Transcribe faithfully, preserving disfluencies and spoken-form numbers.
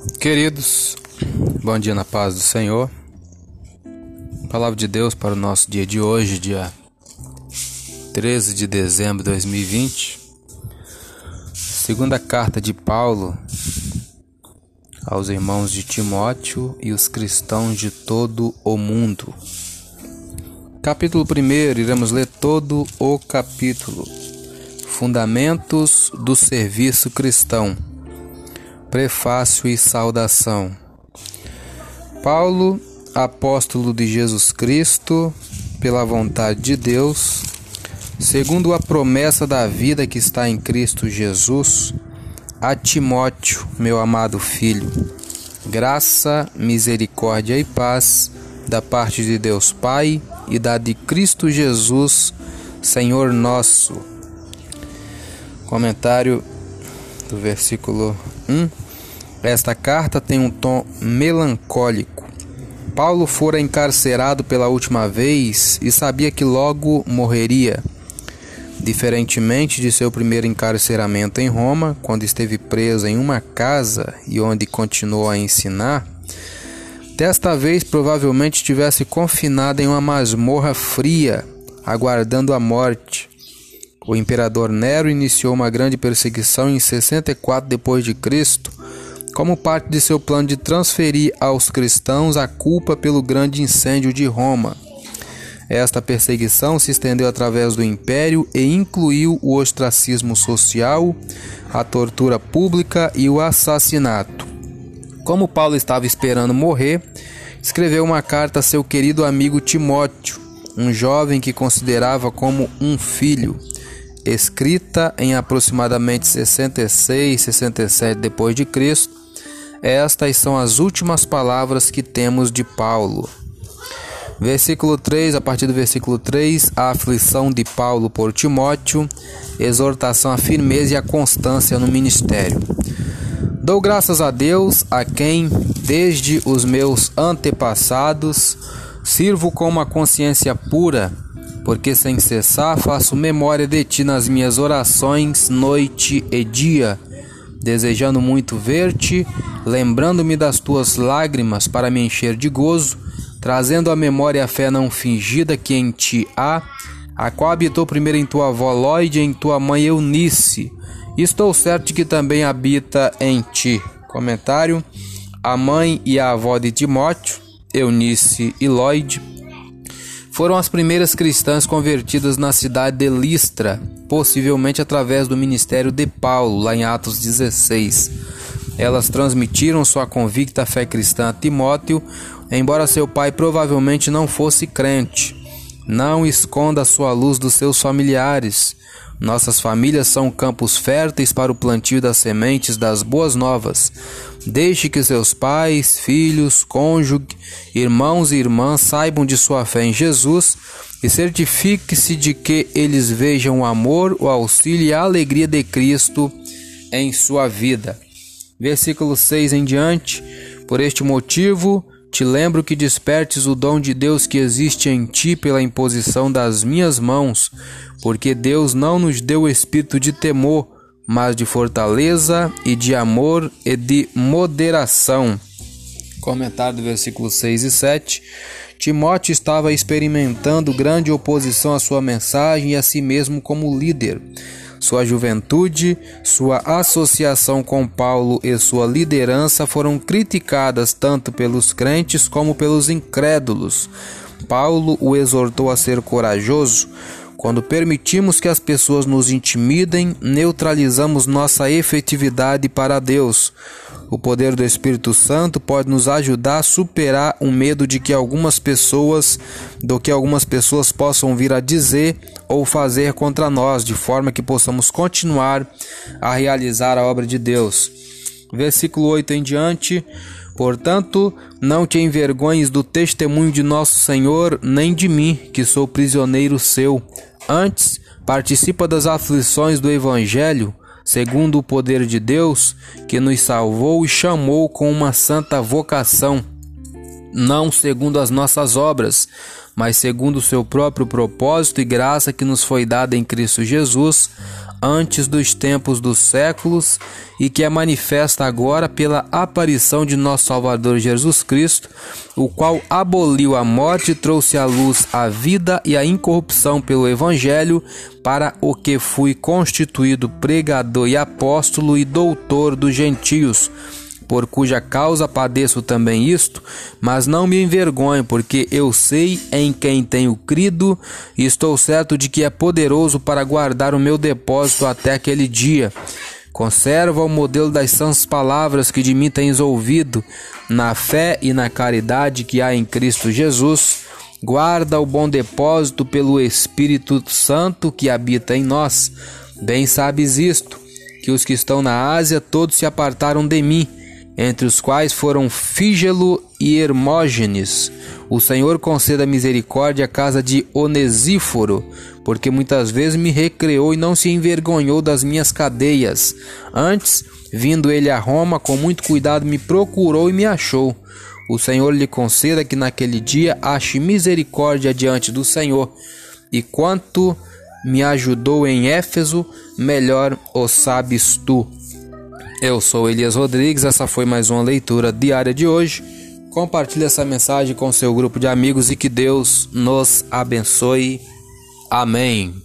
Queridos, bom dia na paz do Senhor. Palavra de Deus para o nosso dia de hoje, dia treze de dezembro de dois mil e vinte. Segunda carta de Paulo aos irmãos de Timóteo e os cristãos de todo o mundo. Capítulo primeiro, iremos ler todo o capítulo. Fundamentos do serviço cristão. Prefácio e saudação. Paulo, apóstolo de Jesus Cristo, pela vontade de Deus, segundo a promessa da vida que está em Cristo Jesus, a Timóteo, meu amado filho, graça, misericórdia e paz da parte de Deus Pai e da de Cristo Jesus, Senhor nosso. Comentário do versículo um. Esta carta tem um tom melancólico. Paulo fora encarcerado pela última vez e sabia que logo morreria. Diferentemente de seu primeiro encarceramento em Roma, quando esteve preso em uma casa e onde continuou a ensinar, desta vez provavelmente estivesse confinado em uma masmorra fria, aguardando a morte. O imperador Nero iniciou uma grande perseguição em sessenta e quatro depois de Cristo, como parte de seu plano de transferir aos cristãos a culpa pelo grande incêndio de Roma. Esta perseguição se estendeu através do império e incluiu o ostracismo social, a tortura pública e o assassinato. Como Paulo estava esperando morrer, escreveu uma carta a seu querido amigo Timóteo, um jovem que considerava como um filho, escrita em aproximadamente sessenta e seis, sessenta e sete depois de Cristo. Estas são as últimas palavras que temos de Paulo. Versículo três, a partir do versículo três, a aflição de Paulo por Timóteo, exortação à firmeza e à constância no ministério. Dou graças a Deus, a quem, desde os meus antepassados, sirvo com uma consciência pura, porque sem cessar faço memória de ti nas minhas orações, noite e dia, desejando muito ver-te, lembrando-me das tuas lágrimas para me encher de gozo, trazendo à memória a fé não fingida que em ti há, a qual habitou primeiro em tua avó Lóide e em tua mãe Eunice. Estou certo de que também habita em ti. Comentário: a mãe e a avó de Timóteo, Eunice e Lóide, foram as primeiras cristãs convertidas na cidade de Listra, possivelmente através do ministério de Paulo, lá em Atos dezesseis. Elas transmitiram sua convicta fé cristã a Timóteo, embora seu pai provavelmente não fosse crente. Não esconda a sua luz dos seus familiares. Nossas famílias são campos férteis para o plantio das sementes das boas novas. Deixe que seus pais, filhos, cônjuge, irmãos e irmãs saibam de sua fé em Jesus e certifique-se de que eles vejam o amor, o auxílio e a alegria de Cristo em sua vida. Versículo seis em diante. Por este motivo, te lembro que despertes o dom de Deus que existe em ti pela imposição das minhas mãos, porque Deus não nos deu o espírito de temor, mas de fortaleza e de amor e de moderação. Comentário do versículo seis e sete. Timóteo estava experimentando grande oposição à sua mensagem e a si mesmo como líder. Sua juventude, sua associação com Paulo e sua liderança foram criticadas tanto pelos crentes como pelos incrédulos. Paulo o exortou a ser corajoso. Quando permitimos que as pessoas nos intimidem, neutralizamos nossa efetividade para Deus. O poder do Espírito Santo pode nos ajudar a superar o medo de que algumas pessoas, do que algumas pessoas possam vir a dizer ou fazer contra nós, de forma que possamos continuar a realizar a obra de Deus. Versículo oito em diante. Portanto, não te envergonhes do testemunho de nosso Senhor, nem de mim, que sou prisioneiro seu. Antes, participa das aflições do Evangelho, segundo o poder de Deus, que nos salvou e chamou com uma santa vocação, não segundo as nossas obras, mas segundo o seu próprio propósito e graça que nos foi dada em Cristo Jesus, antes dos tempos dos séculos e que é manifesta agora pela aparição de nosso Salvador Jesus Cristo, o qual aboliu a morte e trouxe à luz a vida e a incorrupção pelo Evangelho, para o que fui constituído pregador e apóstolo e doutor dos gentios, por cuja causa padeço também isto, mas não me envergonho, porque eu sei em quem tenho crido e estou certo de que é poderoso para guardar o meu depósito até aquele dia. Conserva o modelo das sãs palavras que de mim tens ouvido, na fé e na caridade que há em Cristo Jesus. Guarda o bom depósito pelo Espírito Santo que habita em nós. Bem sabes isto, que os que estão na Ásia todos se apartaram de mim, entre os quais foram Fígelo e Hermógenes. O Senhor conceda misericórdia à casa de Onesíforo, porque muitas vezes me recreou e não se envergonhou das minhas cadeias. Antes, vindo ele a Roma, com muito cuidado me procurou e me achou. O Senhor lhe conceda que naquele dia ache misericórdia diante do Senhor. E quanto me ajudou em Éfeso, melhor o sabes tu. Eu sou Elias Rodrigues, essa foi mais uma leitura diária de hoje. Compartilhe essa mensagem com seu grupo de amigos e que Deus nos abençoe. Amém.